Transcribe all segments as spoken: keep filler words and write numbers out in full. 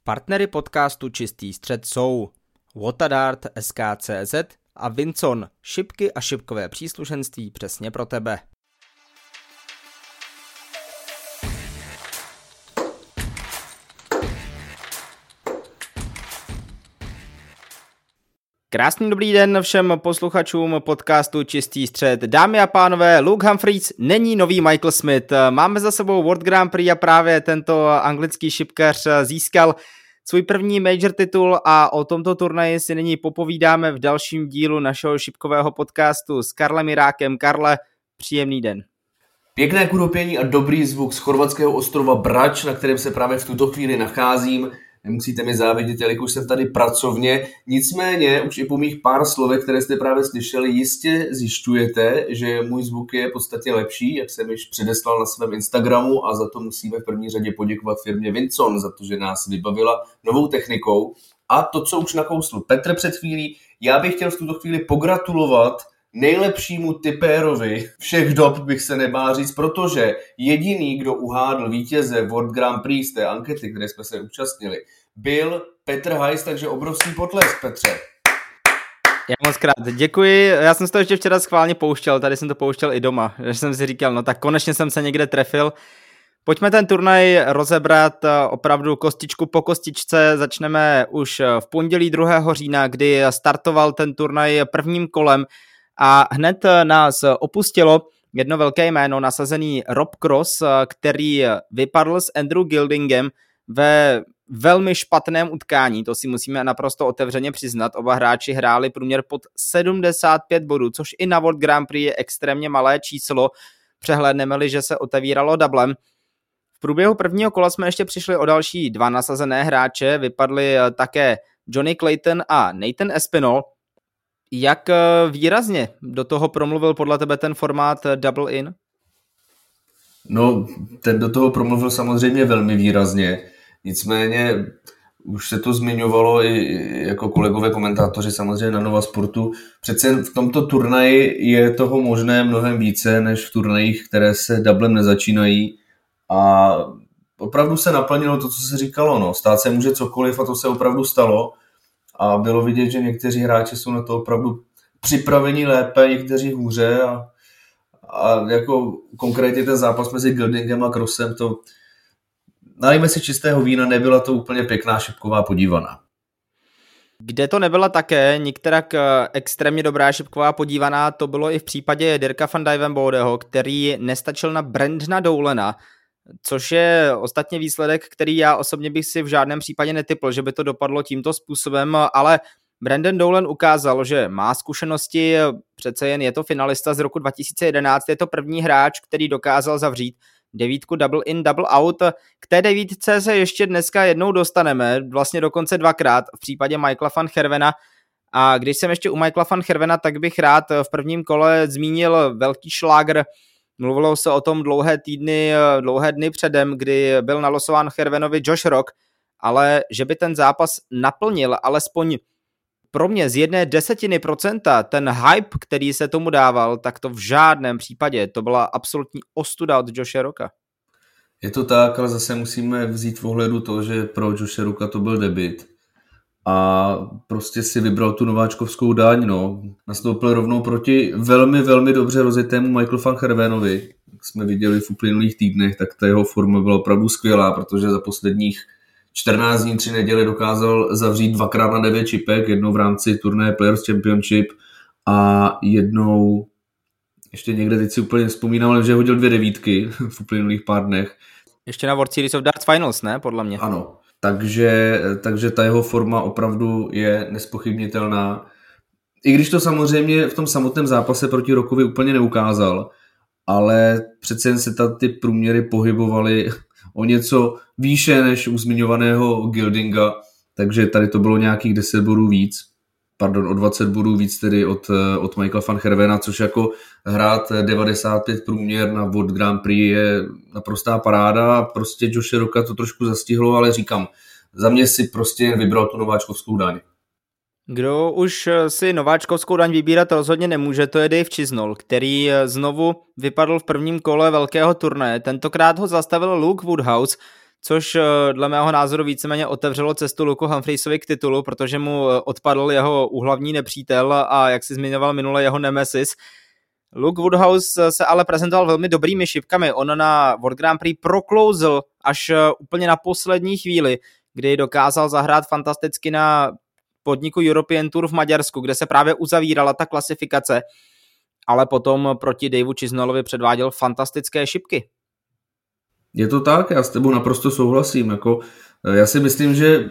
Partnery podcastu Čistý střed jsou Watadart, S K C Z a Vinson, šipky a šipkové příslušenství přesně pro tebe. Krásný dobrý den všem posluchačům podcastu Čistý střed. Dámy a pánové, Luke Humphries není nový Michael Smith. Máme za sebou World Grand Prix a právě tento anglický šipkař získal svůj první major titul a o tomto turnaji si nyní popovídáme v dalším dílu našeho šipkového podcastu s Karlem Jirákem. Karle, příjemný den. Pěkné kudopění a dobrý zvuk z chorvatského ostrova Brač, na kterém se právě v tuto chvíli nacházím. Nemusíte mi závidět, jelikož jsem tady pracovně. Nicméně, už i po mých pár slovech, které jste právě slyšeli, jistě zjišťujete, že můj zvuk je v podstatě lepší, jak jsem již předeslal na svém Instagramu, a za to musíme v první řadě poděkovat firmě Vinson, za to, že nás vybavila novou technikou. A to, co už nakousl Petr před chvílí, já bych chtěl v tuto chvíli pogratulovat nejlepšímu tipérovi všech dob, bych se nebál říct, protože jediný, kdo uhádl vítěze World Grand Prix z té ankety, které jsme se účastnili, byl Petr Hajs, takže obrovský potlesk, Petře. Já moc krát děkuji, já jsem si to ještě včera schválně pouštěl, tady jsem to pouštěl i doma, že jsem si říkal, no tak konečně jsem se někde trefil. Pojďme ten turnaj rozebrat opravdu kostičku po kostičce, začneme už v pondělí druhého října, kdy startoval ten turnaj prvním kolem. A hned nás opustilo jedno velké jméno, nasazený Rob Cross, který vypadl s Andrew Gildingem ve velmi špatném utkání, to si musíme naprosto otevřeně přiznat. Oba hráči hráli průměr pod sedmdesát pět bodů, což i na World Grand Prix je extrémně malé číslo, přehlédneme-li, že se otevíralo doublem. V průběhu prvního kola jsme ještě přišli o další dva nasazené hráče, vypadli také Johnny Clayton a Nathan Espinol. Jak výrazně do toho promluvil podle tebe ten formát double in? No, ten do toho promluvil samozřejmě velmi výrazně. Nicméně už se to zmiňovalo i jako kolegové komentátoři samozřejmě na Nova Sportu. Přece v tomto turnaji je toho možné mnohem více než v turnajích, které se doublem nezačínají. A opravdu se naplnilo to, co se říkalo. No. Stát se může cokoliv a to se opravdu stalo. A bylo vidět, že někteří hráči jsou na to opravdu připraveni lépe, někteří hůře a, a jako konkrétně ten zápas mezi Gildingem a Crossem, to nalijme si čistého vína, nebyla to úplně pěkná šipková podívaná. Kde to nebyla také některak extrémně dobrá šipková podívaná, to bylo i v případě Dirka van Dijvenbodeho, který nestačil na Brandona Doulana, což je ostatně výsledek, který já osobně bych si v žádném případě netipl, že by to dopadlo tímto způsobem, ale Brandon Doulan ukázal, že má zkušenosti, přece jen je to finalista z roku dva tisíce jedenáct, je to první hráč, který dokázal zavřít devítku double in, double out. K té devítce se ještě dneska jednou dostaneme, vlastně dokonce dvakrát v případě Michaela van Gerwena. A když jsem ještě u Michaela van Gerwena, tak bych rád v prvním kole zmínil velký šlágr. Mluvilo se o tom dlouhé týdny, dlouhé dny předem, kdy byl nalosován Gerwenovi Josh Rock, ale že by ten zápas naplnil alespoň pro mě z jedné desetiny procenta ten hype, který se tomu dával, tak to v žádném případě. To byla absolutní ostuda od Joshe Rocka. Je to tak, ale zase musíme vzít v ohledu to, že pro Joshe Rocka to byl debut a prostě si vybral tu nováčkovskou daň, no. Nastoupil rovnou proti velmi, velmi dobře rozjetému Michaelu van Gerwenovi. Jak jsme viděli v uplynulých týdnech, tak ta jeho forma byla opravdu skvělá, protože za posledních čtrnáct dní, tři neděle dokázal zavřít dvakrát na devět čipek, jednou v rámci turnaje Players Championship a jednou, ještě někde teď si úplně vzpomínám, ale že hodil dvě devítky v uplynulých pár dnech. Ještě na World Series of Darts Finals, ne? Podle mě. Ano. Takže, takže ta jeho forma opravdu je nespochybnitelná. I když to samozřejmě v tom samotném zápase proti Rockovi úplně neukázal, ale přece jen se ta, ty průměry pohybovaly o něco výše než u zmiňovaného Gildinga, takže tady to bylo nějakých deset bodů víc, pardon, o dvacet bodů víc tedy od, od Michaela van Gerwena, což jako hrát devadesát pět průměr na World Grand Prix je naprostá paráda. Prostě Joshe Rocka to trošku zastihlo, ale říkám, za mě si prostě vybral tu nováčkovskou daň. Kdo už si nováčkovskou daň vybírat rozhodně nemůže, to je Dave Chisnall, který znovu vypadl v prvním kole velkého turnaje. Tentokrát ho zastavil Luke Woodhouse, což dle mého názoru víceméně otevřelo cestu Luku Humphreysovi k titulu, protože mu odpadl jeho úhlavní nepřítel a jak si zmiňoval minule jeho nemesis. Luke Woodhouse se ale prezentoval velmi dobrými šipkami. On na World Grand Prix proklouzl až úplně na poslední chvíli, kdy dokázal zahrát fantasticky na podniku European Tour v Maďarsku, kde se právě uzavírala ta klasifikace, ale potom proti Daveu Chisnallovi předváděl fantastické šipky. Je to tak, já s tebou naprosto souhlasím. Jako, já si myslím, že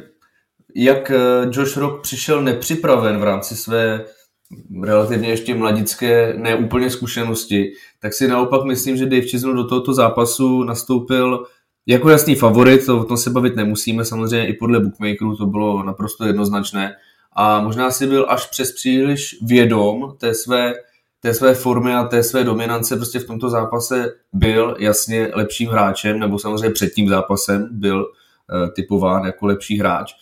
jak Josh Rock přišel nepřipraven v rámci své relativně ještě mladické, neúplně zkušenosti, tak si naopak myslím, že Dave Chisnall do tohoto zápasu nastoupil jako jasný favorit, to, o tom se bavit nemusíme, samozřejmě i podle bookmakerů to bylo naprosto jednoznačné a možná si byl až přes příliš vědom té své, té své formy a té své dominance, prostě v tomto zápase byl jasně lepším hráčem, nebo samozřejmě před tím zápasem byl uh, typován jako lepší hráč.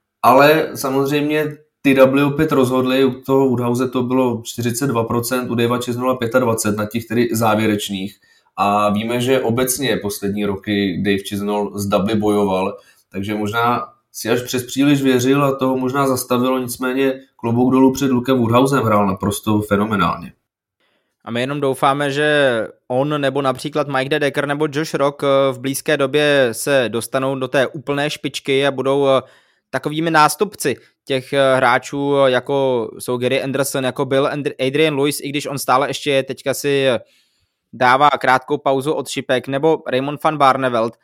Ale samozřejmě ty W opět rozhodly, u toho Woodhouse to bylo čtyřicet dva procent, u Davea Chisnalla dvacet pět na těch tedy závěrečných. A víme, že obecně poslední roky Dave Chisnall z W bojoval, takže možná si až přes příliš věřil a toho možná zastavilo, nicméně klobouk dolů před Lukem Woodhousem hrál naprosto fenomenálně. A my jenom doufáme, že on nebo například Mike De Decker nebo Josh Rock v blízké době se dostanou do té úplné špičky a budou takovými nástupci těch hráčů, jako jsou Gary Anderson, jako byl Adrian Lewis, i když on stále ještě je, teďka si dává krátkou pauzu od šipek, nebo Raymond van Barneveld.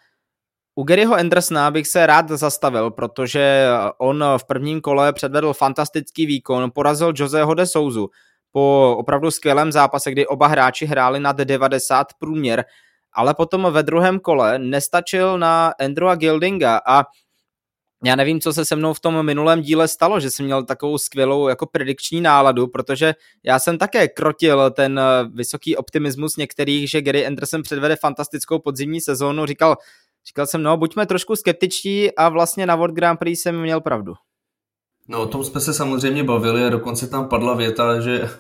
U Garyho Andersona bych se rád zastavil, protože on v prvním kole předvedl fantastický výkon, porazil Joseho de Souzu po opravdu skvělém zápase, kdy oba hráči hráli nad devadesát průměr, ale potom ve druhém kole nestačil na Andrewa Gildinga a já nevím, co se se mnou v tom minulém díle stalo, že jsem měl takovou skvělou jako predikční náladu, protože já jsem také krotil ten vysoký optimismus některých, že Gary Anderson předvede fantastickou podzimní sezónu. Říkal, říkal jsem, no buďme trošku skeptičtí a vlastně na World Grand Prix jsem měl pravdu. No o tom jsme se samozřejmě bavili a dokonce tam padla věta, že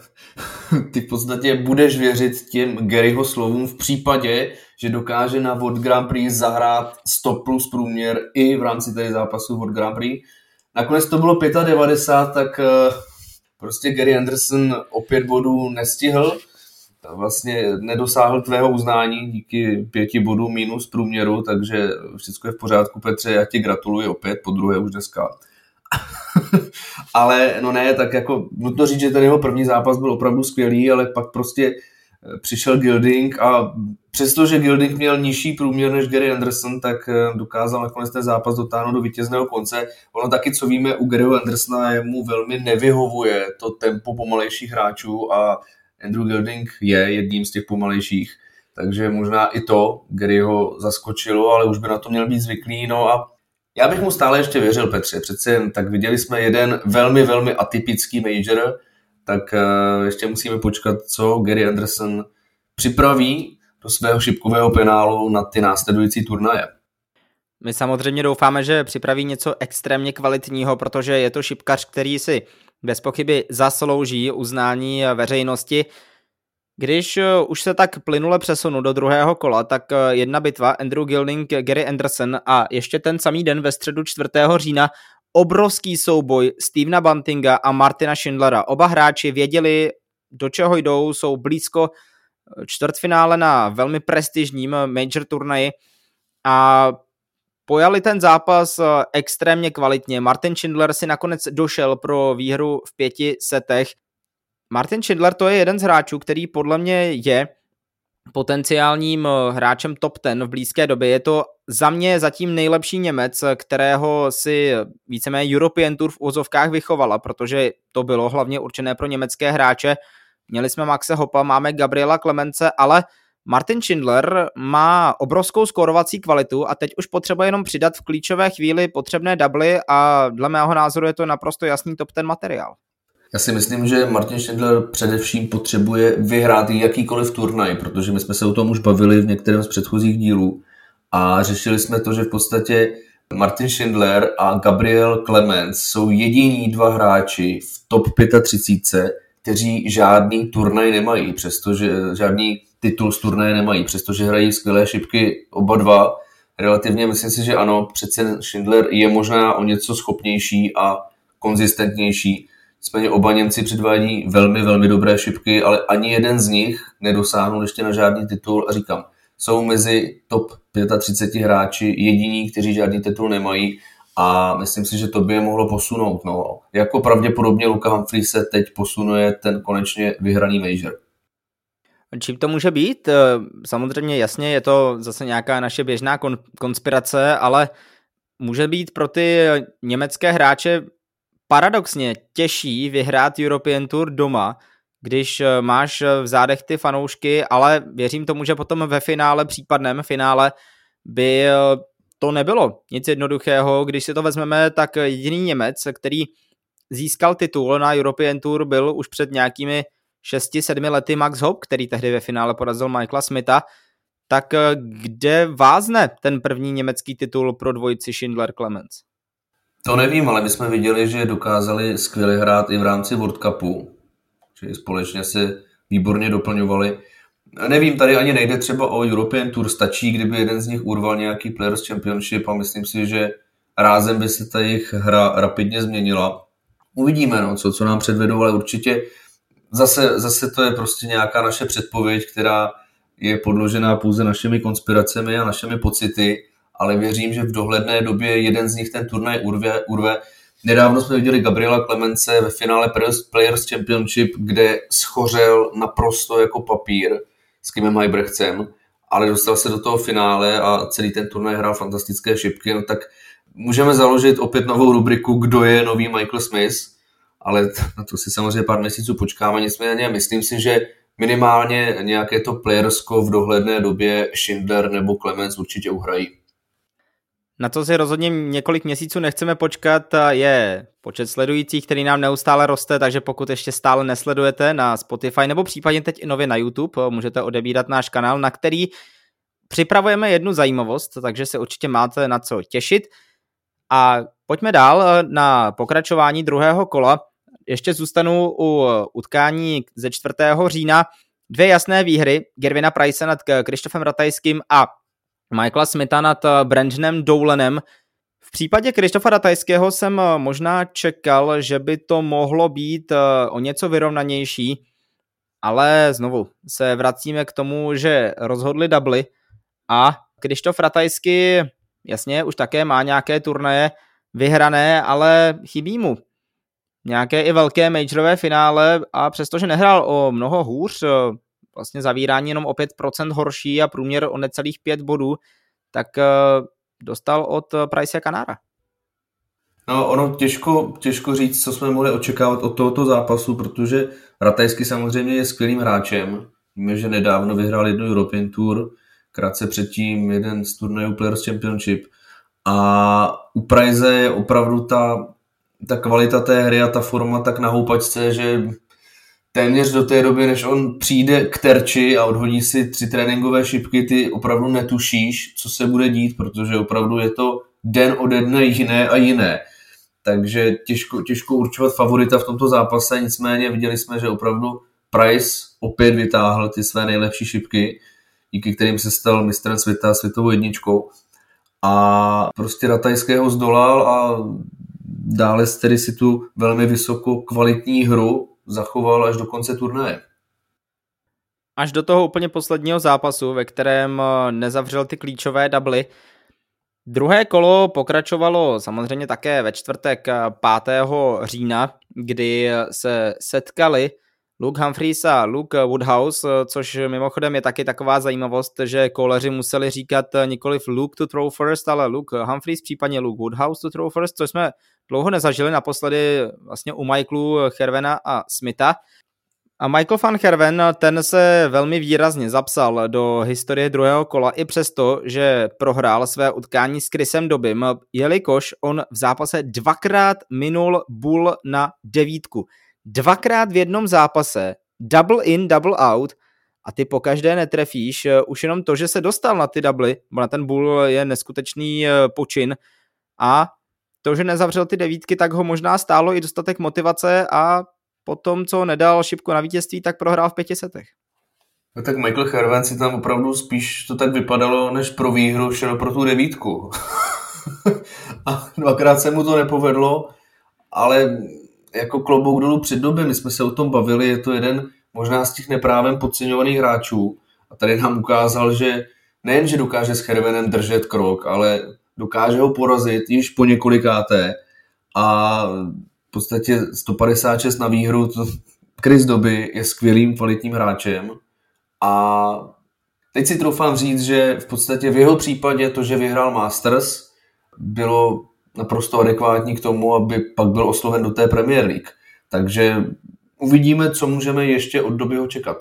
ty v podstatě budeš věřit těm Garyho slovům v případě, že dokáže na World Grand Prix zahrát sto plus průměr i v rámci tady zápasu World Grand Prix. Nakonec to bylo devadesát pět, tak prostě Gary Anderson o pět bodů nestihl. Vlastně nedosáhl tvého uznání díky pěti bodů minus průměru, takže všechno je v pořádku, Petře, já ti gratuluji opět, po druhé už dneska. Ale no ne, tak jako nutno říct, že ten jeho první zápas byl opravdu skvělý, ale pak prostě přišel Gilding a přestože Gilding měl nižší průměr než Gary Anderson, tak dokázal nakonec ten zápas dotáhnout do vítězného konce. Ono taky, co víme u Garyho Andersona, mu velmi nevyhovuje to tempo pomalejších hráčů a Andrew Gilding je jedním z těch pomalejších, takže možná i to Garyho zaskočilo, ale už by na to měl být zvyklý. No a já bych mu stále ještě věřil, Petře, přece jen tak viděli jsme jeden velmi, velmi atypický major, tak uh, ještě musíme počkat, co Gary Anderson připraví do svého šipkového penálu na ty následující turnaje. My samozřejmě doufáme, že připraví něco extrémně kvalitního, protože je to šipkař, který si bez pochyby zaslouží uznání veřejnosti. Když už se tak plynule přesunu do druhého kola, tak jedna bitva Andrew Gilding, Gary Anderson a ještě ten samý den ve středu čtvrtého října obrovský souboj Stevena Buntinga a Martina Schindlera. Oba hráči věděli, do čeho jdou, jsou blízko čtvrtfinále na velmi prestižním major turnaji a pojali ten zápas extrémně kvalitně. Martin Schindler si nakonec došel pro výhru v pěti setech. Martin Schindler to je jeden z hráčů, který podle mě je potenciálním hráčem top deset v blízké době. Je to za mě zatím nejlepší Němec, kterého si víceméně European Tour v úzovkách vychovala, protože to bylo hlavně určené pro německé hráče. Měli jsme Maxe Hoppa, máme Gabriela Clemence, ale Martin Schindler má obrovskou skórovací kvalitu a teď už potřebuje jenom přidat v klíčové chvíli potřebné dubly a dle mého názoru je to naprosto jasný top deset materiál. Já si myslím, že Martin Schindler především potřebuje vyhrát jakýkoliv turnaj, protože my jsme se o tom už bavili v některém z předchozích dílů a řešili jsme to, že v podstatě Martin Schindler a Gabriel Clemens jsou jediní dva hráči v top třicet pět, kteří žádný turnaj nemají, přestože žádný titul z turnaje nemají, přestože hrají skvělé šipky oba dva, relativně myslím si, že ano, přece Schindler je možná o něco schopnější a konzistentnější. Nicméně oba Němci předvádí velmi, velmi dobré šipky, ale ani jeden z nich nedosáhnul ještě na žádný titul a říkám, jsou mezi top třicet pět hráči jediní, kteří žádný titul nemají a myslím si, že to by je mohlo posunout. No. Jako pravděpodobně Luka Humphries se teď posunuje ten konečně vyhraný major. Čím to může být? Samozřejmě jasně je to zase nějaká naše běžná kon- konspirace, ale může být pro ty německé hráče paradoxně těžší vyhrát European Tour doma, když máš v zádech ty fanoušky, ale věřím tomu, že potom ve finále, případném finále, by to nebylo nic jednoduchého. Když si to vezmeme, tak jediný Němec, který získal titul na European Tour, byl už před nějakými šesti sedmi lety Max Hopp, který tehdy ve finále porazil Michaela Smitha. Tak kde vázne ten první německý titul pro dvojici Schindler-Clemens? To nevím, ale my jsme viděli, že dokázali skvěle hrát i v rámci World Cupu, že společně se výborně doplňovali. Nevím, tady ani nejde třeba o European Tour, stačí, kdyby jeden z nich urval nějaký Players Championship a myslím si, že rázem by se ta jejich hra rapidně změnila. Uvidíme, no, co, co nám předvedou, ale určitě zase, zase to je prostě nějaká naše předpověď, která je podložená pouze našimi konspiracemi a našimi pocity, ale věřím, že v dohledné době jeden z nich ten turnaj urve. urve. Nedávno jsme viděli Gabriela Clemence ve finále Players Championship, kde schořel naprosto jako papír s Kimem Heibrechtcem, ale dostal se do toho finále a celý ten turnaj hrál fantastické šipky, no tak můžeme založit opět novou rubriku, kdo je nový Michael Smith, ale na to si samozřejmě pár měsíců počkáme, nicméně myslím si, že minimálně nějaké to playersko v dohledné době Schindler nebo Clemens určitě uhrají. Na co si rozhodně několik měsíců nechceme počkat, je počet sledujících, který nám neustále roste, takže pokud ještě stále nesledujete na Spotify nebo případně teď i nově na YouTube, můžete odebírat náš kanál, na který připravujeme jednu zajímavost, takže se určitě máte na co těšit. A pojďme dál na pokračování druhého kola. Ještě zůstanu u utkání ze čtvrtého října. Dvě jasné výhry, Gervina Price nad Krištofem Ratajským a Michaela Smitha nad Brendanem Doulenem. V případě Krištofa Ratajského jsem možná čekal, že by to mohlo být o něco vyrovnanější, ale znovu se vracíme k tomu, že rozhodli dubly a Krištof Ratajský jasně už také má nějaké turnaje vyhrané, ale chybí mu nějaké i velké majorové finále a přestože nehrál o mnoho hůř, vlastně zavírání jenom o pět procent horší a průměr o necelých pět bodů, tak dostal od Price Kanára. No, ono těžko, těžko říct, co jsme mohli očekávat od tohoto zápasu, protože Ratajský samozřejmě je skvělým hráčem. Víme, že nedávno vyhrál jednu European Tour, krátce předtím jeden z turnajů Players Championship. A u Price je opravdu ta, ta kvalita té hry a ta forma tak na houpačce, že téměř do té doby, než on přijde k terči a odhodí si tři tréninkové šipky, ty opravdu netušíš, co se bude dít, protože opravdu je to den ode dne jiné a jiné. Takže těžko, těžko určovat favorita v tomto zápase, nicméně viděli jsme, že opravdu Price opět vytáhl ty své nejlepší šipky, díky kterým se stal mistrem světa, světovou jedničkou. A prostě Ratajského zdolal a dále tedy si tu velmi vysokou kvalitní hru zachoval až do konce turnaje. Až do toho úplně posledního zápasu, ve kterém nezavřel ty klíčové dubly. Druhé kolo pokračovalo samozřejmě také ve čtvrtek pátého října, kdy se setkali Luke Humphries a Luke Woodhouse, což mimochodem je taky taková zajímavost, že koleři museli říkat nikoliv Luke to throw first, ale Luke Humphries, případně Luke Woodhouse to throw first, což jsme dlouho nezažili, naposledy vlastně u Michaelu Hervena a Smitha. A Michael van Herven, ten se velmi výrazně zapsal do historie druhého kola i přesto, že prohrál své utkání s Chrisem Dobbym, jelikož on v zápase dvakrát minul bull na devítku. Dvakrát v jednom zápase, double in, double out a ty pokaždé netrefíš, už jenom to, že se dostal na ty doubly, bo na ten bull je neskutečný počin a to, že nezavřel ty devítky, tak ho možná stálo i dostatek motivace a potom, co nedal šipku na vítězství, tak prohrál v pěti setech. No tak Michael Herven si tam opravdu spíš to tak vypadalo, než pro výhru šel pro tu devítku. A dvakrát se mu to nepovedlo, ale jako klobouk dolů před době, my jsme se o tom bavili, je to jeden možná z těch neprávem podceňovaných hráčů. A tady nám ukázal, že nejen, že dokáže s Hervenem držet krok, ale dokáže ho porazit již po několikáté. A v podstatě sto padesát šest na výhru, to Chris Dobby je skvělým kvalitním hráčem. A teď si troufám říct, že v podstatě v jeho případě to, že vyhrál Masters, bylo naprosto adekvátní k tomu, aby pak byl osloven do té Premier League. Takže uvidíme, co můžeme ještě od Dobbyho čekat.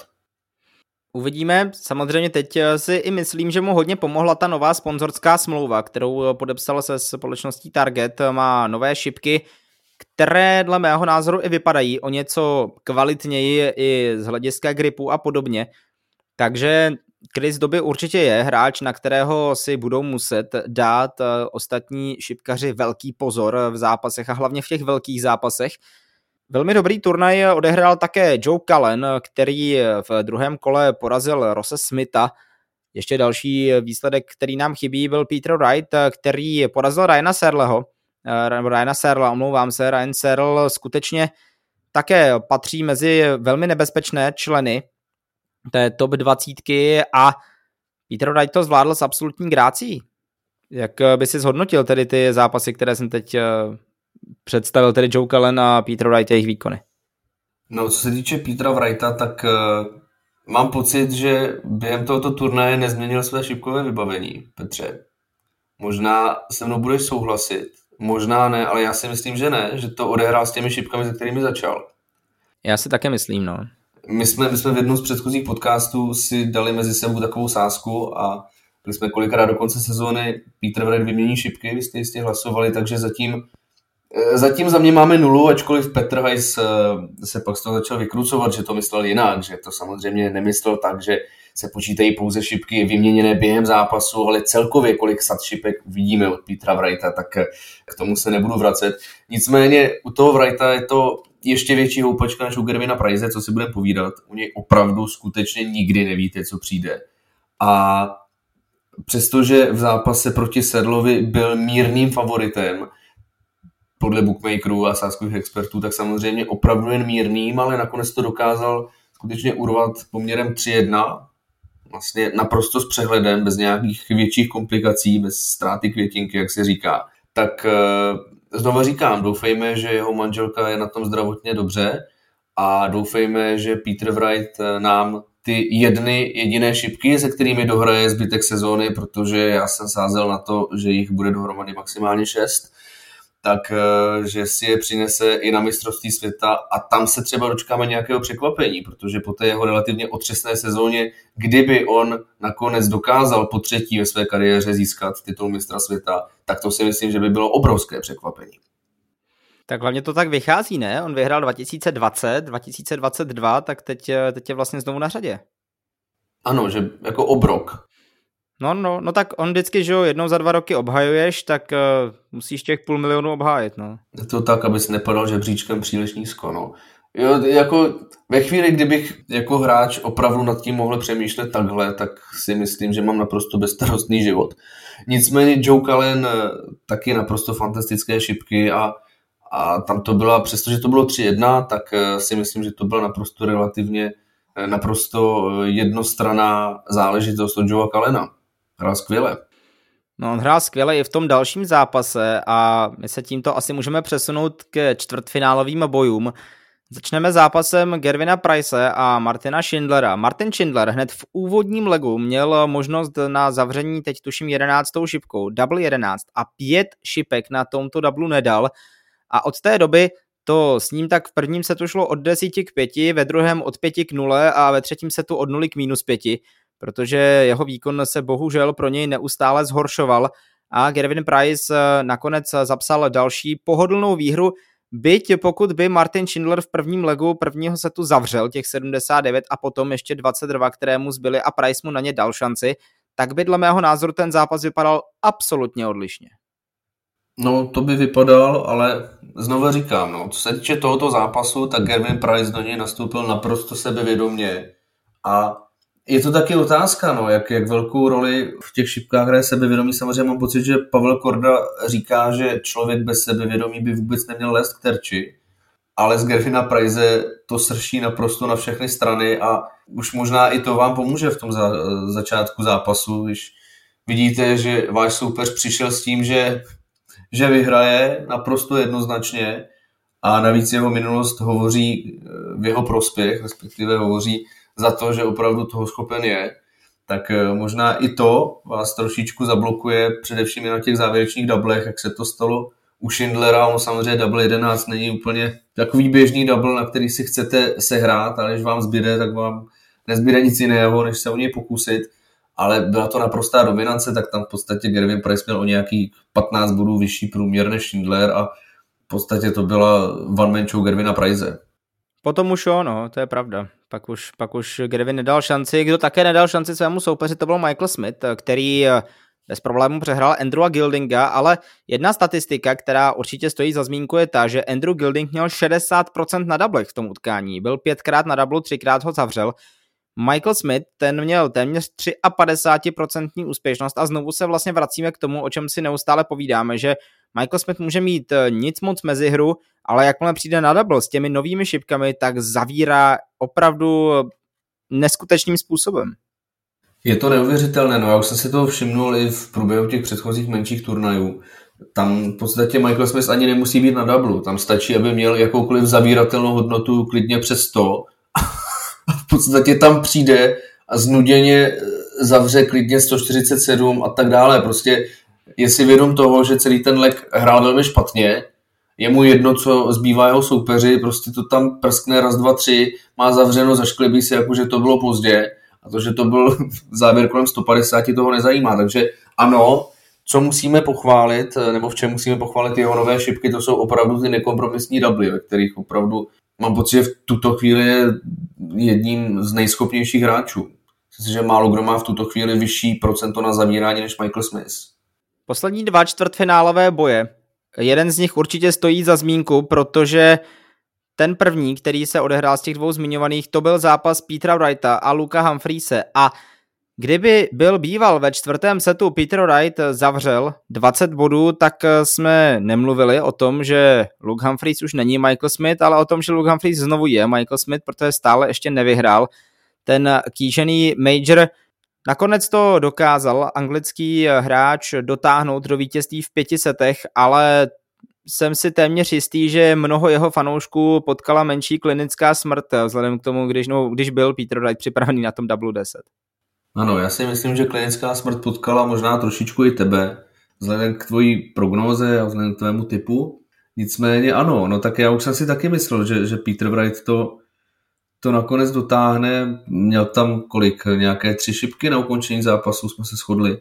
Uvidíme, samozřejmě teď si i myslím, že mu hodně pomohla ta nová sponzorská smlouva, kterou podepsal se společností Target, má nové šipky, které dle mého názoru i vypadají o něco kvalitněji i z hlediska gripu a podobně. Takže Chris Dobby určitě je hráč, na kterého si budou muset dát ostatní šipkaři velký pozor v zápasech a hlavně v těch velkých zápasech. Velmi dobrý turnaj odehrál také Joe Cullen, který v druhém kole porazil Rosse Smitha. Ještě další výsledek, který nám chybí, byl Peter Wright, který porazil Ryana Searleho. Ryana Searle, omlouvám se, Ryan Searle skutečně také patří mezi velmi nebezpečné členy té top dvacítky a Peter Wright to zvládl s absolutní grácí. Jak by si zhodnotil tedy ty zápasy, které jsem teď představil, tedy Joe Cullen a Peter Wright, jejich výkony? No, co se týče Petera Wrighta, tak uh, mám pocit, že během tohoto turnaje nezměnil své šipkové vybavení, Petře. Možná se mnou budeš souhlasit, možná ne, ale já si myslím, že ne, že to odehrál s těmi šipkami, se kterými začal. Já si také myslím, no. My jsme, my jsme v jednom z předchozích podcastů si dali mezi sebou takovou sázku a byli jsme kolikrát do konce sezóny Peter Wright vymění šipky, vy jste jistě hlasovali, takže zatím Zatím za mě máme nulu, ačkoliv Petr Hajs se pak z toho začal vykrucovat, že to myslel jinak, že to samozřejmě nemyslel tak, že se počítají pouze šipky vyměněné během zápasu, ale celkově kolik sad šipek uvidíme od Petera Wrighta, tak k tomu se nebudu vracet. Nicméně u toho Wrighta je to ještě větší houpačka než u Gervina Price, co si budeme povídat. U něj opravdu skutečně nikdy nevíte, co přijde. A přestože v zápase proti Searlovi byl mírným favoritem, podle bookmakerů a sázkových expertů, tak samozřejmě opravdu jen mírným, ale nakonec to dokázal skutečně urvat poměrem tři jedna, vlastně naprosto s přehledem, bez nějakých větších komplikací, bez ztráty květinky, jak se říká. Tak znovu říkám, doufejme, že jeho manželka je na tom zdravotně dobře a doufejme, že Peter Wright nám ty jedny jediné šipky, se kterými dohraje zbytek sezóny, protože já jsem sázel na to, že jich bude dohromady maximálně šest, tak že si je přinese i na mistrovství světa a tam se třeba dočkáme nějakého překvapení, protože po té jeho relativně otřesné sezóně, kdyby on nakonec dokázal po třetí ve své kariéře získat titul mistra světa, tak to si myslím, že by bylo obrovské překvapení. Tak hlavně to tak vychází, ne? On vyhrál dva tisíce dvacet, dva tisíce dvacet dva, tak teď, teď je vlastně znovu na řadě. Ano, že jako obrok. No, no, no tak on vždycky, že jo, jednou za dva roky obhajuješ, tak uh, musíš těch půl milionu obhájit, no. Je to tak, abys nepadal žebříčkem příliš nízko, no. Jo, jako ve chvíli, kdybych jako hráč opravdu nad tím mohl přemýšlet takhle, tak si myslím, že mám naprosto bezstarostný život. Nicméně Joe Cullen taky naprosto fantastické šipky a, a tam to byla, přestože to bylo tři jedna, tak si myslím, že to byla naprosto relativně naprosto jednostranná záležitost od Joea Cullena. Hrál skvěle. No, on hrál skvěle i v tom dalším zápase a my se tímto asi můžeme přesunout k čtvrtfinálovým bojům. Začneme zápasem Gervina Price a Martina Schindlera. Martin Schindler hned v úvodním legu měl možnost na zavření, teď tuším jedenáctou šipkou, double jedenáct a pět šipek na tomto doublu nedal a od té doby to s ním tak v prvním setu šlo od deseti k pěti, ve druhém od pěti k nule a ve třetím setu od nuly k minus pěti, protože jeho výkon se bohužel pro něj neustále zhoršoval a Gervin Price nakonec zapsal další pohodlnou výhru, byť pokud by Martin Schindler v prvním legu prvního setu zavřel těch sedmdesát devět a potom ještě dvacet dva, které mu zbyly a Price mu na ně dal šanci, tak by dle mého názoru ten zápas vypadal absolutně odlišně. No, to by vypadal, ale znovu říkám, no, co se týče tohoto zápasu, tak Gervin Price do něj nastoupil naprosto sebevědomě a Je to taky otázka, no, jak, jak velkou roli v těch šipkách hraje sebevědomí. Samozřejmě mám pocit, že Pavel Korda říká, že člověk bez sebevědomí by vůbec neměl lézt k terči, ale z Gervina Price to srší naprosto na všechny strany a už možná i to vám pomůže v tom za, začátku zápasu, když vidíte, že váš soupeř přišel s tím, že, že vyhraje naprosto jednoznačně a navíc jeho minulost hovoří v jeho prospěch, respektive hovoří za to, že opravdu toho schopen je, tak možná i to vás trošičku zablokuje, především i na těch závěrečných doublech, jak se to stalo u Schindlera. Ono samozřejmě double jedenáct není úplně takový běžný double, na který si chcete sehrát, ale když vám zbyde, tak vám nezbyde nic jiného, než se o něj pokusit. Ale byla to naprostá dominance, tak tam v podstatě Gervin Price měl o nějakých patnáct bodů vyšší průměr než Schindler a v podstatě to byla one-man show Gervina Price. Potom už jo, no, to je pravda. Pak už, pak už Gervin nedal šanci. Kdo také nedal šanci svému soupeři, to byl Michael Smith, který bez problémů přehrál Andrewa Gildinga, ale jedna statistika, která určitě stojí za zmínku, je ta, že Andrew Gilding měl šedesát procent na doublech v tom utkání. Byl pětkrát na doublu, třikrát ho zavřel. Michael Smith, ten měl téměř padesát tři procent úspěšnost a znovu se vlastně vracíme k tomu, o čem si neustále povídáme, že Michael Smith může mít nic moc mezi hru, ale jakmile přijde na double s těmi novými šipkami, tak zavírá opravdu neskutečným způsobem. Je to neuvěřitelné, no já už jsem si toho všimnul i v průběhu těch předchozích menších turnajů. Tam v podstatě Michael Smith ani nemusí být na doublu, tam stačí, aby měl jakoukoliv zavíratelnou hodnotu klidně přes sto a v podstatě tam přijde a znuděně zavře klidně sto čtyřicet sedm a tak dále. Prostě je si vědom toho, že celý ten leg hrál velmi špatně, je mu jedno, co zbývá jeho soupeři, prostě to tam prskne raz, dva, tři, má zavřeno, zašklebí si, jako že to bylo pozdě a to, že to byl závěr kolem sto padesát, toho nezajímá. Takže ano, co musíme pochválit, nebo v čem musíme pochválit jeho nové šipky, to jsou opravdu ty nekompromisní doubly, ve kterých opravdu mám pocit, že v tuto chvíli je jedním z nejschopnějších hráčů. Myslím, že málo kdo má v tuto chvíli vyšší procento na zavírání než Michael Smith. Poslední dva čtvrtfinálové boje. Jeden z nich určitě stojí za zmínku, protože ten první, který se odehrál z těch dvou zmiňovaných, to byl zápas Petera Wrighta a Luka Humphreise. A kdyby byl býval ve čtvrtém setu Peter Wright zavřel dvacet bodů, tak jsme nemluvili o tom, že Luke Humphreys už není Michael Smith, ale o tom, že Luke Humphreys znovu je Michael Smith, protože stále ještě nevyhrál ten kýžený major. Nakonec to dokázal anglický hráč dotáhnout do vítězství v pěti setech, ale jsem si téměř jistý, že mnoho jeho fanoušků potkala menší klinická smrt, vzhledem k tomu, když, no, když byl Peter Wright připravený na tom W deset. Ano, já si myslím, že klinická smrt potkala možná trošičku i tebe, vzhledem k tvojí prognóze a vzhledem k tvému typu. Nicméně ano, no tak já už jsem si taky myslel, že, že Peter Wright to, to nakonec dotáhne. Měl tam kolik, nějaké tři šipky na ukončení zápasu, jsme se shodli.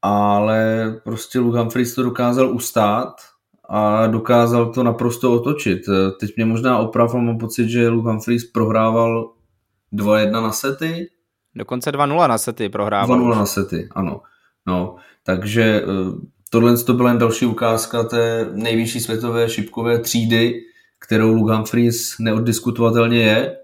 Ale prostě Luke Humphreys to dokázal ustát a dokázal to naprosto otočit. Teď mě možná opravdu mám pocit, že Luke Humphreys prohrával dva jedna na sety. Dokonce dva nula na sety prohrával. dva nula na sety, ano. No, takže tohle to byla jen další ukázka té nejvyšší světové šipkové třídy, kterou Luke Humphreys neoddiskutovatelně je.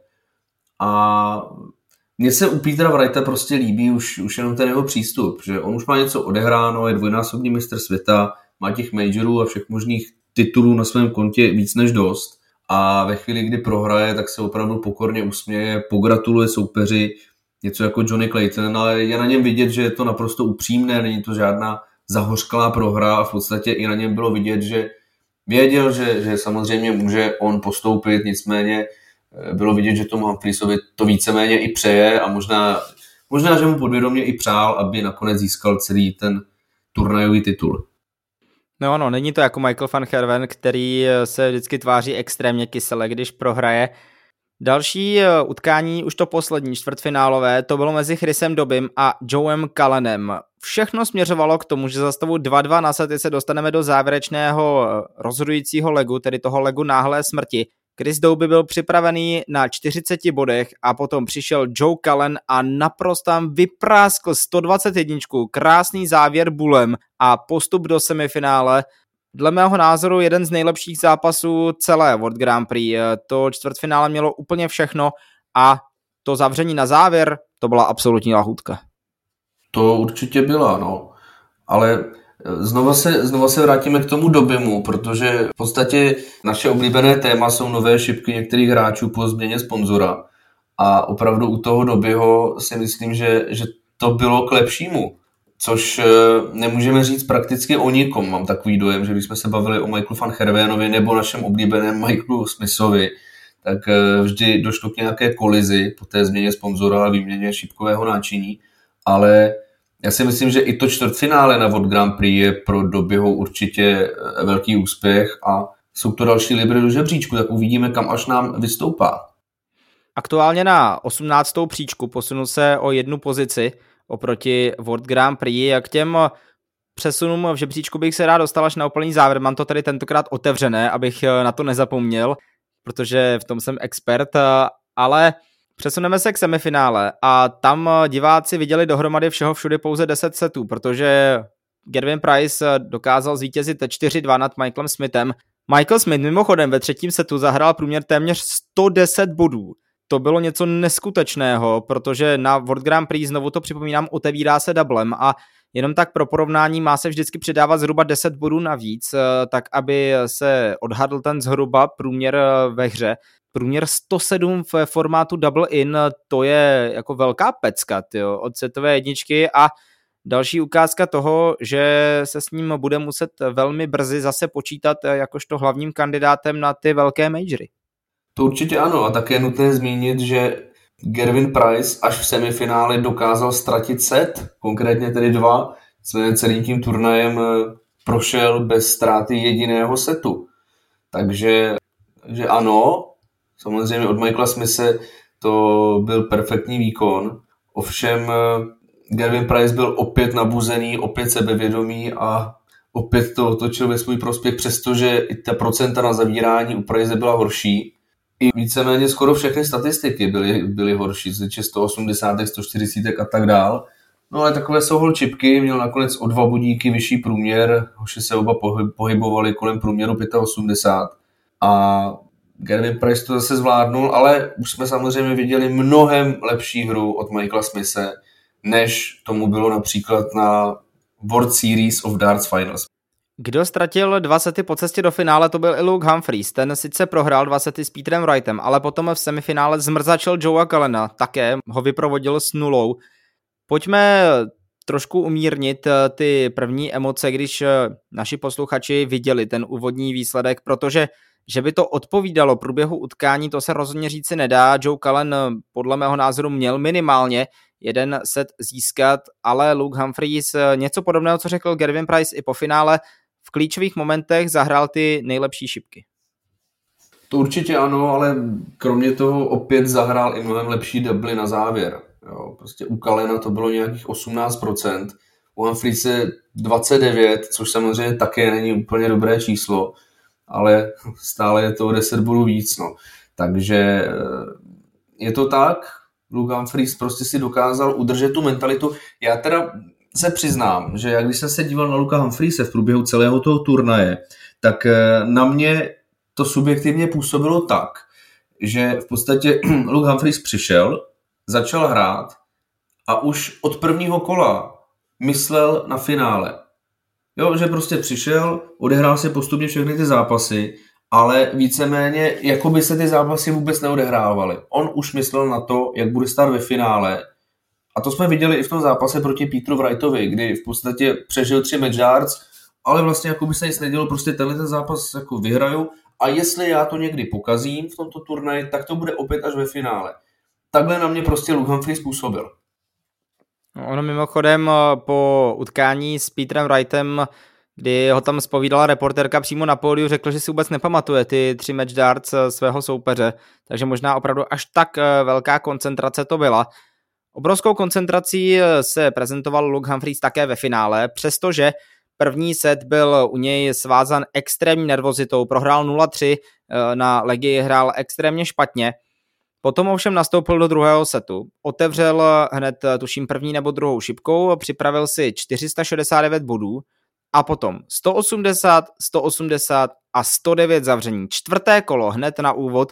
A mně se u Petera Wrighta prostě líbí už, už jenom ten jeho přístup, že on už má něco odehráno, je dvojnásobný mistr světa, má těch majorů a všech možných titulů na svém kontě víc než dost. A ve chvíli, kdy prohraje, tak se opravdu pokorně usměje, pogratuluje soupeři, něco jako Johnny Clayton, ale je na něm vidět, že je to naprosto upřímné, není to žádná zahořklá prohra a v podstatě i na něm bylo vidět, že věděl, že, že samozřejmě může on postoupit, nicméně bylo vidět, že tomu Humphreisovi to víceméně i přeje a možná, možná, že mu podvědomě i přál, aby nakonec získal celý ten turnajový titul. No ano, není to jako Michael van Gerwen, který se vždycky tváří extrémně kysele, když prohraje. Další utkání, už to poslední, čtvrtfinálové, to bylo mezi Chrisem Dobbym a Joem Cullenem. Všechno směřovalo k tomu, že za stavu dva dva na sety se dostaneme do závěrečného rozhodujícího legu, tedy toho legu náhlé smrti. Chris Dobby byl připravený na čtyřiceti bodech a potom přišel Joe Cullen a naprosto tam vypráskl sto dvacet jedna, krásný závěr bulem a postup do semifinále. Dle mého názoru jeden z nejlepších zápasů celé World Grand Prix. To čtvrtfinále mělo úplně všechno a to zavření na závěr, to byla absolutní lahůdka. To určitě byla, no. Ale znova se, znova se vrátíme k tomu Dobbymu, protože v podstatě naše oblíbené téma jsou nové šipky některých hráčů po změně sponzora. A opravdu u toho Dobbyho si myslím, že, že to bylo k lepšímu. Což nemůžeme říct prakticky o nikom. Mám takový dojem, že když jsme se bavili o Michaelu van Hervénovi nebo našem oblíbeném Michaelu Smithovi, tak vždy došlo k nějaké kolizi po té změně sponzora a výměně šipkového náčiní. Ale já si myslím, že i to čtvrtfinále na World Grand Prix je pro Dobbyho určitě velký úspěch a jsou to další libry do žebříčku, tak uvidíme, kam až nám vystoupá. Aktuálně na osmnáctou příčku posunul se o jednu pozici oproti World Grand Prix. Jak těm přesunům v žebříčku bych se rád dostal až na úplný závěr. Mám to tady tentokrát otevřené, abych na to nezapomněl, protože v tom jsem expert, ale přesuneme se k semifinále a tam diváci viděli dohromady všeho všude pouze deset setů, protože Gervin Price dokázal zvítězit čtyři dva nad Michaelem Smithem. Michael Smith mimochodem ve třetím setu zahrál průměr téměř sto deset bodů. To bylo něco neskutečného, protože na World Grand Prix, znovu to připomínám, otevírá se doublem a jenom tak pro porovnání má se vždycky přidávat zhruba deset bodů navíc, tak aby se odhadl ten zhruba průměr ve hře. Průměr sto sedm v formátu double in, to je jako velká pecka tyjo, od setové jedničky a další ukázka toho, že se s ním bude muset velmi brzy zase počítat jakožto hlavním kandidátem na ty velké majory. To určitě ano a také je nutné zmínit, že Gervin Price až v semifinále dokázal ztratit set, konkrétně tedy dva, celým tím turnajem prošel bez ztráty jediného setu. Takže, takže ano, samozřejmě od Michaela Smithe to byl perfektní výkon, ovšem Gervin Price byl opět nabuzený, opět sebevědomý a opět to otočil ve svůj prospěch, přestože i ta procenta na zavírání u Price byla horší. I víceméně skoro všechny statistiky byly, byly horší, zliče sto osmdesát, sto čtyřicet a tak dál. No ale takové jsou holčipky, měl nakonec o dva bodíky vyšší průměr, hoši se oba pohybovali kolem průměru osmdesát pět a Gervin Price to zase zvládnul, ale už jsme samozřejmě viděli mnohem lepší hru od Michaela Smithe, než tomu bylo například na World Series of Darts Finals. Kdo ztratil dva sety po cestě do finále, to byl i Luke Humphries. Ten sice prohrál dva sety s Petrem Wrightem, ale potom v semifinále zmrzačil Joea Callena, také ho vyprovodil s nulou. Pojďme trošku umírnit ty první emoce, když naši posluchači viděli ten úvodní výsledek, protože že by to odpovídalo průběhu utkání, to se rozhodně říci nedá. Joe Cullen podle mého názoru měl minimálně jeden set získat, ale Luke Humphries něco podobného, co řekl Gervin Price i po finále, v klíčových momentech zahrál ty nejlepší šipky. To určitě ano, ale kromě toho opět zahrál i mnohem lepší double na závěr. Jo, prostě u Callena to bylo nějakých osmnáct procent, u Humphriese dvacet devět procent, což samozřejmě také není úplně dobré číslo, ale stále je to deset bodů víc. No. Takže je to tak, Luke Humphries prostě si dokázal udržet tu mentalitu. Já teda se přiznám, že jak když jsem se díval na Luka Humphriese v průběhu celého toho turnaje, tak na mě to subjektivně působilo tak, že v podstatě Luke Humphries přišel, začal hrát a už od prvního kola myslel na finále. Jo, že prostě přišel, odehrál si postupně všechny ty zápasy, ale víceméně jako by se ty zápasy vůbec neodehrávaly. On už myslel na to, jak bude stát ve finále. A to jsme viděli i v tom zápase proti Petru Wrightovi, kdy v podstatě přežil tři match darts, ale vlastně jako by se nic nedělo, prostě tenhle ten zápas jako vyhraju a jestli já to někdy pokazím v tomto turnaji, tak to bude opět až ve finále. Takhle na mě prostě Luke Humphries působil. Ono mimochodem po utkání s Petrem Wrightem, kdy ho tam zpovídala reportérka přímo na pódiu, řekl, že si vůbec nepamatuje ty tři match darts svého soupeře, takže možná opravdu až tak velká koncentrace to byla. Obrovskou koncentrací se prezentoval Luke Humphries také ve finále, přestože první set byl u něj svázan extrémní nervozitou, prohrál nula tři, na Legii hrál extrémně špatně. Potom ovšem nastoupil do druhého setu, otevřel hned tuším první nebo druhou šipkou, připravil si čtyři sta šedesát devět bodů a potom sto osmdesát, sto osmdesát a sto devět zavření. Čtvrté kolo hned na úvod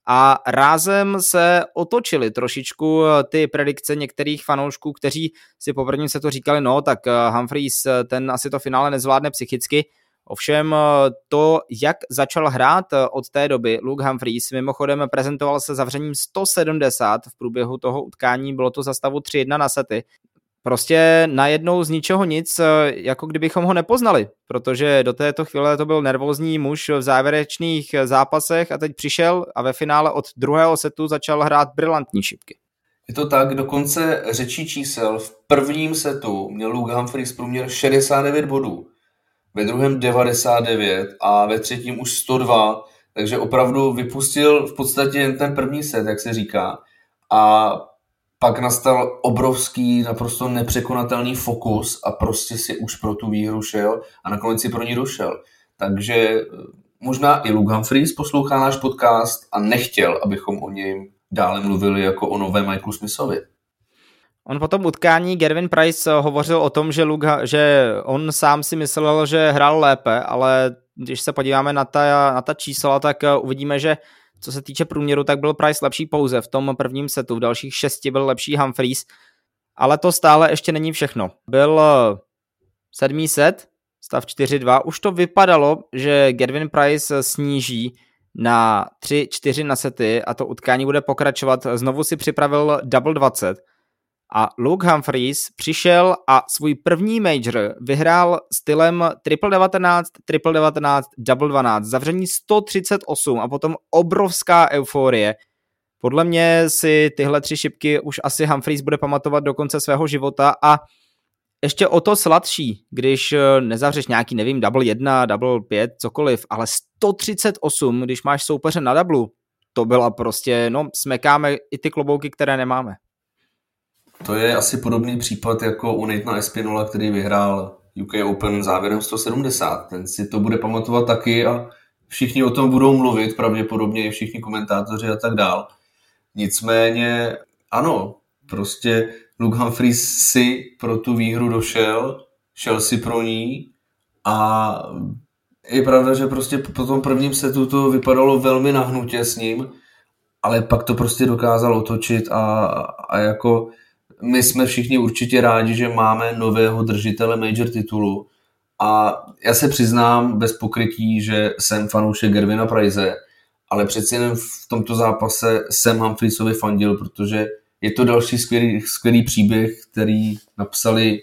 a rázem se otočily trošičku ty predikce některých fanoušků, kteří si po prvním setu říkali, no tak Humphries ten asi to finále nezvládne psychicky. Ovšem to, jak začal hrát od té doby Luke Humphries, mimochodem prezentoval se zavřením sto sedmdesát v průběhu toho utkání, bylo to za stavu tři jedna na sety. Prostě najednou z ničeho nic, jako kdybychom ho nepoznali, protože do této chvíle to byl nervózní muž v závěrečných zápasech a teď přišel a ve finále od druhého setu začal hrát brilantní šipky. Je to tak, dokonce řečí čísel, v prvním setu měl Luke Humphries průměr šedesát devět bodů, ve druhém devadesát devět a ve třetím už sto dva, takže opravdu vypustil v podstatě jen ten první set, jak se říká, a pak nastal obrovský, naprosto nepřekonatelný fokus a prostě si už pro tu výhru šel a nakonec si pro ní došel. Takže možná i Luke Humphries poslouchá náš podcast a nechtěl, abychom o něm dále mluvili jako o novém Michaelu Smithovi. On po tom utkání Gervin Price hovořil o tom, že, Luke, že on sám si myslel, že hrál lépe, ale když se podíváme na ta, na ta čísla, tak uvidíme, že co se týče průměru, tak byl Price lepší pouze v tom prvním setu, v dalších šesti byl lepší Humphries, ale to stále ještě není všechno. Byl sedmý set, stav čtyři dva, už to vypadalo, že Gervin Price sníží na tři čtyři na sety a to utkání bude pokračovat. Znovu si připravil double dvacet a Luke Humphries přišel a svůj první major vyhrál stylem triple devatenáct, triple devatenáct, double dvanáct, zavření sto třicet osm a potom obrovská euforie. Podle mě si tyhle tři šipky už asi Humphries bude pamatovat do konce svého života a ještě o to sladší, když nezavřeš nějaký, nevím, double jedna, double pět, cokoliv, ale sto třicet osm, když máš soupeře na double, to byla prostě, no, smekáme i ty klobouky, které nemáme. To je asi podobný případ jako u Nathana Espinola, který vyhrál U K Open závěrem sto sedmdesát. Ten si to bude pamatovat taky a všichni o tom budou mluvit, pravděpodobně i všichni komentátoři a tak dál. Nicméně, ano, prostě Luke Humphries si pro tu výhru došel, šel si pro ní a je pravda, že prostě po tom prvním setu to vypadalo velmi nahnutě s ním, ale pak to prostě dokázal otočit a, a jako my jsme všichni určitě rádi, že máme nového držitele major titulu a já se přiznám bez pokrytí, že jsem fanoušek Gervina Price, ale přeci jen v tomto zápase jsem Humphreyovi fandil, protože je to další skvělý, skvělý příběh, který napsali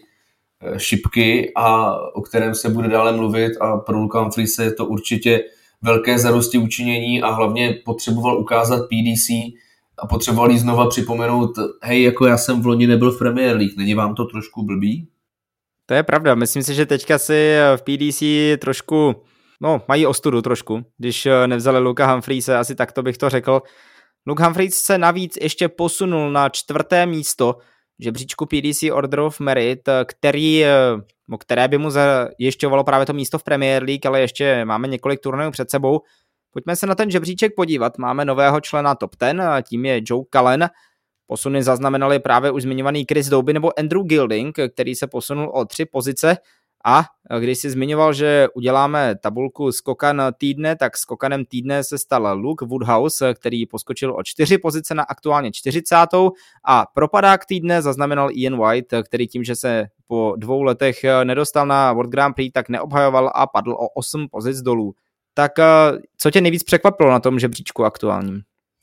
šipky a o kterém se bude dále mluvit a pro Luka Humphreys je to určitě velké zadosti učinění a hlavně potřeboval ukázat P D C a potřeboval jí znova připomenout, hej, jako já jsem v loni nebyl v Premier League, není vám to trošku blbý? To je pravda, myslím si, že teďka si v P D C trošku, no, mají ostudu trošku, když nevzali Luka Humphreys, asi takto bych to řekl. Luke Humphreys se navíc ještě posunul na čtvrté místo v žebříčku P D C Order of Merit, který, které by mu zajišťovalo právě to místo v Premier League, ale ještě máme několik turnajů před sebou. Pojďme se na ten žebříček podívat. Máme nového člena top deset, a tím je Joe Cullen. Posuny zaznamenali právě už zmiňovaný Chris Dobey nebo Andrew Gilding, který se posunul o tři pozice. A když si zmiňoval, že uděláme tabulku skokan týdne, tak skokanem týdne se stal Luke Woodhouse, který poskočil o čtyři pozice na aktuálně čtyřicátou a propadák týdne zaznamenal Ian White, který tím, že se po dvou letech nedostal na World Grand Prix, tak neobhajoval a padl o osm pozic dolů. Tak co tě nejvíc překvapilo na tom žebříčku aktuálním?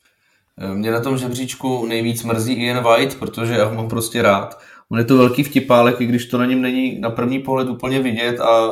Mě na tom žebříčku nejvíc mrzí Ian White, protože já ho mám prostě rád. On je to velký vtipálek, i když to na něm není na první pohled úplně vidět a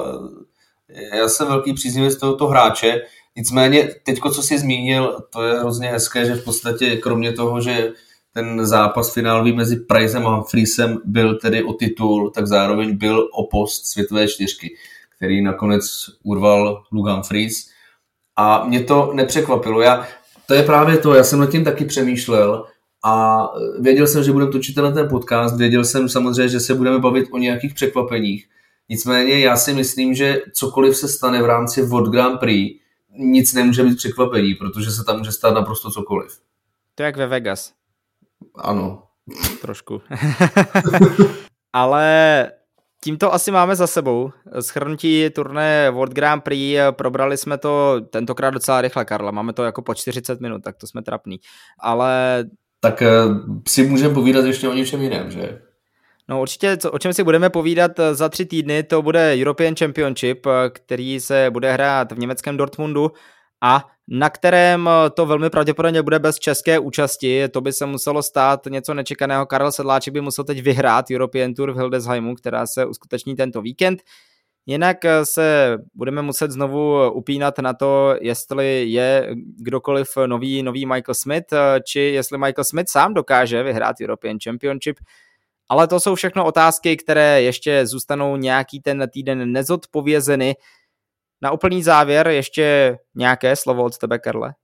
já jsem velký příznivec tohoto hráče. Nicméně teďko, co jsi zmínil, to je hrozně hezké, že v podstatě kromě toho, že ten zápas finálový mezi Pricem a Humphreysem byl tedy o titul, tak zároveň byl o post světové čtyřky, který nakonec urval Luke Humphreys. A mě to nepřekvapilo. Já, to je právě to, já jsem nad tím taky přemýšlel a věděl jsem, že budeme točit na ten podcast, věděl jsem samozřejmě, že se budeme bavit o nějakých překvapeních. Nicméně já si myslím, že cokoliv se stane v rámci World Grand Prix, nic nemůže být překvapení, protože se tam může stát naprosto cokoliv. To je jak ve Vegas. Ano. Trošku. Ale tímto asi máme za sebou shrnutí turné World Grand Prix, probrali jsme to tentokrát docela rychle, Karla, máme to jako po čtyřicet minut, tak to jsme trapný, ale... Tak si můžeme povídat ještě o něčem jiném, že? No určitě, co, o čem si budeme povídat za tři týdny, to bude European Championship, který se bude hrát v německém Dortmundu a na kterém to velmi pravděpodobně bude bez české účasti. To by se muselo stát něco nečekaného. Karel Sedláček by musel teď vyhrát European Tour v Hildesheimu, která se uskuteční tento víkend. Jinak se budeme muset znovu upínat na to, jestli je kdokoliv nový, nový Michael Smith, či jestli Michael Smith sám dokáže vyhrát European Championship. Ale to jsou všechno otázky, které ještě zůstanou nějaký ten týden nezodpovězeny. Na úplný závěr ještě nějaké slovo od tebe, Karle?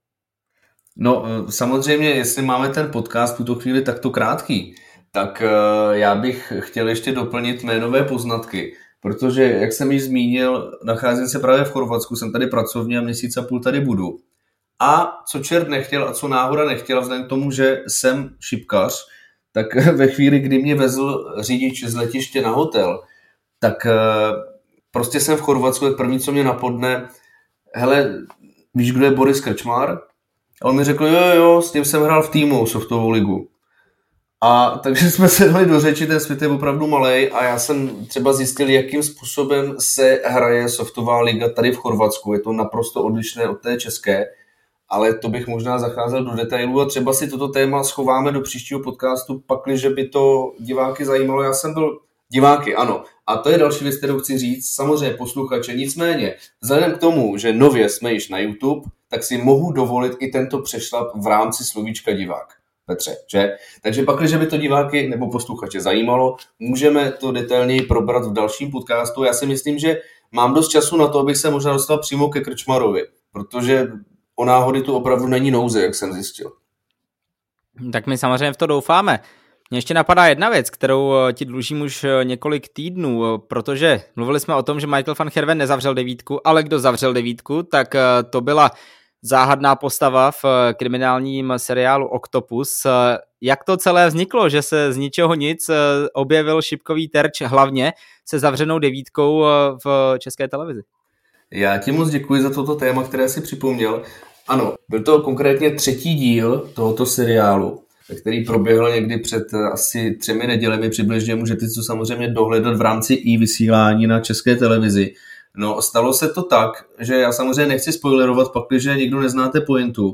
No samozřejmě, jestli máme ten podcast v tuto chvíli takto krátký, tak já bych chtěl ještě doplnit jménové poznatky, protože, jak jsem již zmínil, nacházím se právě v Chorvatsku, jsem tady pracovně a měsíc a půl tady budu. A co čert nechtěl a co náhoda nechtěla, vzhledem k tomu, že jsem šipkař, tak ve chvíli, kdy mě vezl řidič z letiště na hotel, tak prostě jsem v Chorvatsku, tak první, co mě napadne, hele, víš, kdo je Boris Krčmar? A on mi řekl, jo, jo, s tím jsem hrál v týmu softovou ligu. A takže jsme se dali do řeči, ten svět je opravdu malej a já jsem třeba zjistil, jakým způsobem se hraje softová liga tady v Chorvatsku. Je to naprosto odlišné od té české, ale to bych možná zacházel do detailů a třeba si toto téma schováme do příštího podcastu, pakliže by to diváky zajímalo. Já jsem byl diváky, ano. A to je další věc, kterou chci říct, samozřejmě posluchače. Nicméně, vzhledem k tomu, že nově jsme již na YouTube, tak si mohu dovolit i tento přešlap v rámci slovíčka divák. Petře, že? Takže pakliže by to diváky nebo posluchače zajímalo, můžeme to detailněji probrat v dalším podcastu. Já si myslím, že mám dost času na to, abych se možná dostal přímo ke Krčmarovi, protože o náhody tu opravdu není nouze, jak jsem zjistil. Tak my samozřejmě v to doufáme. Mně ještě napadá jedna věc, kterou ti dlužím už několik týdnů, protože mluvili jsme o tom, že Michael van Gerwen nezavřel devítku, ale kdo zavřel devítku, tak to byla záhadná postava v kriminálním seriálu Octopus. Jak to celé vzniklo, že se z ničeho nic objevil šipkový terč hlavně se zavřenou devítkou v České televizi? Já ti moc děkuji za toto téma, které jsi připomněl. Ano, byl to konkrétně třetí díl tohoto seriálu, který proběhl někdy před asi třemi nedělemi přibližně. Můžete to samozřejmě dohledat v rámci i vysílání na České televizi. No, stalo se to tak, že já samozřejmě nechci spoilerovat, pakliže někdo neznáte pointu,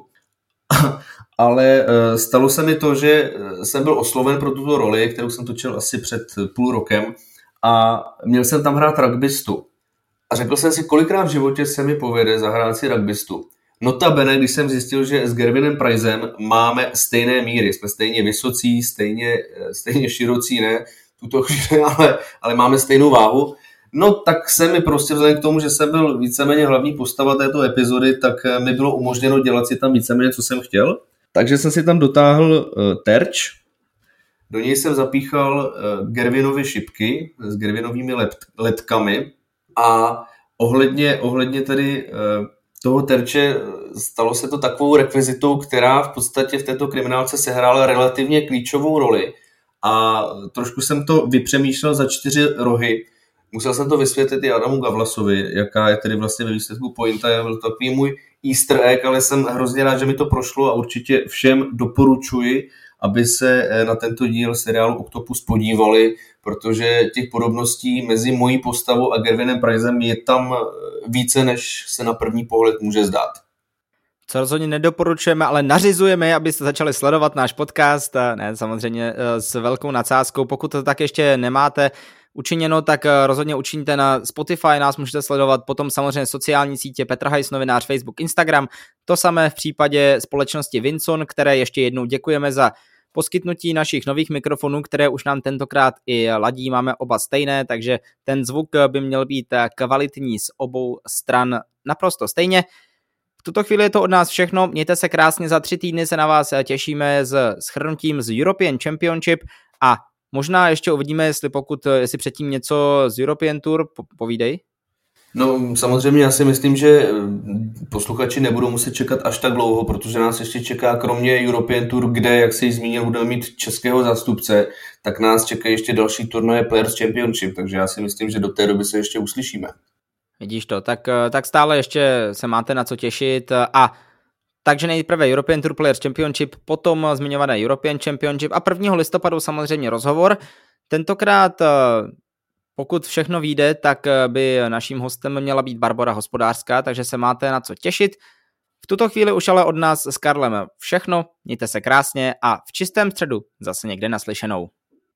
ale stalo se mi to, že jsem byl osloven pro tuto roli, kterou jsem točil asi před půl rokem a měl jsem tam hrát rugbystu. A řekl jsem si, kolikrát v životě se mi povede zahrát si rugbystu. Notabene, když jsem zjistil, že s Gerwinem Prizem máme stejné míry, jsme stejně vysocí, stejně, stejně širocí, ne, tuto chvíli, ale, ale máme stejnou váhu, no tak se mi prostě vzhledem k tomu, že jsem byl víceméně hlavní postava této epizody, tak mi bylo umožněno dělat si tam víceméně, co jsem chtěl. Takže jsem si tam dotáhl uh, terč, do něj jsem zapíchal uh, Gerwinovy šipky s Gerwinovými let, letkami a ohledně, ohledně tedy uh, toho terče stalo se to takovou rekvizitou, která v podstatě v této kriminálce sehrála relativně klíčovou roli a trošku jsem to vypřemýšlel za čtyři rohy. Musel jsem to vysvětlit i Adamu Gavlasovi, jaká je tedy vlastně ve výsledku pointa. Je byl takový můj easter egg, ale jsem hrozně rád, že mi to prošlo a určitě všem doporučuji, aby se na tento díl seriálu Octopus podívali, protože těch podobností mezi mojí postavou a Gerwinem Prizem je tam více, než se na první pohled může zdát. Co rozhodně nedoporučujeme, ale nařizujeme, abyste začali sledovat náš podcast, ne, samozřejmě s velkou nadsázkou. Pokud to tak ještě nemáte učiněno, tak rozhodně učiňte na Spotify, nás můžete sledovat, potom samozřejmě sociální sítě Petr Hajs, novinář, Facebook, Instagram. To samé v případě společnosti Vinson, které ještě jednou děkujeme za poskytnutí našich nových mikrofonů, které už nám tentokrát i ladí, máme oba stejné, takže ten zvuk by měl být kvalitní z obou stran naprosto stejně. V tuto chvíli je to od nás všechno, mějte se krásně, za tři týdny se na vás těšíme s shrnutím z European Championship a možná ještě uvidíme, jestli pokud, jestli předtím něco z European Tour, povídej. No samozřejmě já si myslím, že posluchači nebudou muset čekat až tak dlouho, protože nás ještě čeká kromě European Tour, kde, jak jsi zmínil, budeme mít českého zástupce, tak nás čekají ještě další turnaje Players Championship, takže já si myslím, že do té doby se ještě uslyšíme. Vidíš to, tak, tak stále ještě se máte na co těšit a takže nejprve European Tour Players Championship, potom zmiňované European Championship a prvního listopadu samozřejmě rozhovor. Tentokrát, pokud všechno vyjde, tak by naším hostem měla být Barbora Hospodářská, takže se máte na co těšit. V tuto chvíli už ale od nás s Karlem všechno, mějte se krásně a v čistém středu zase někde naslyšenou.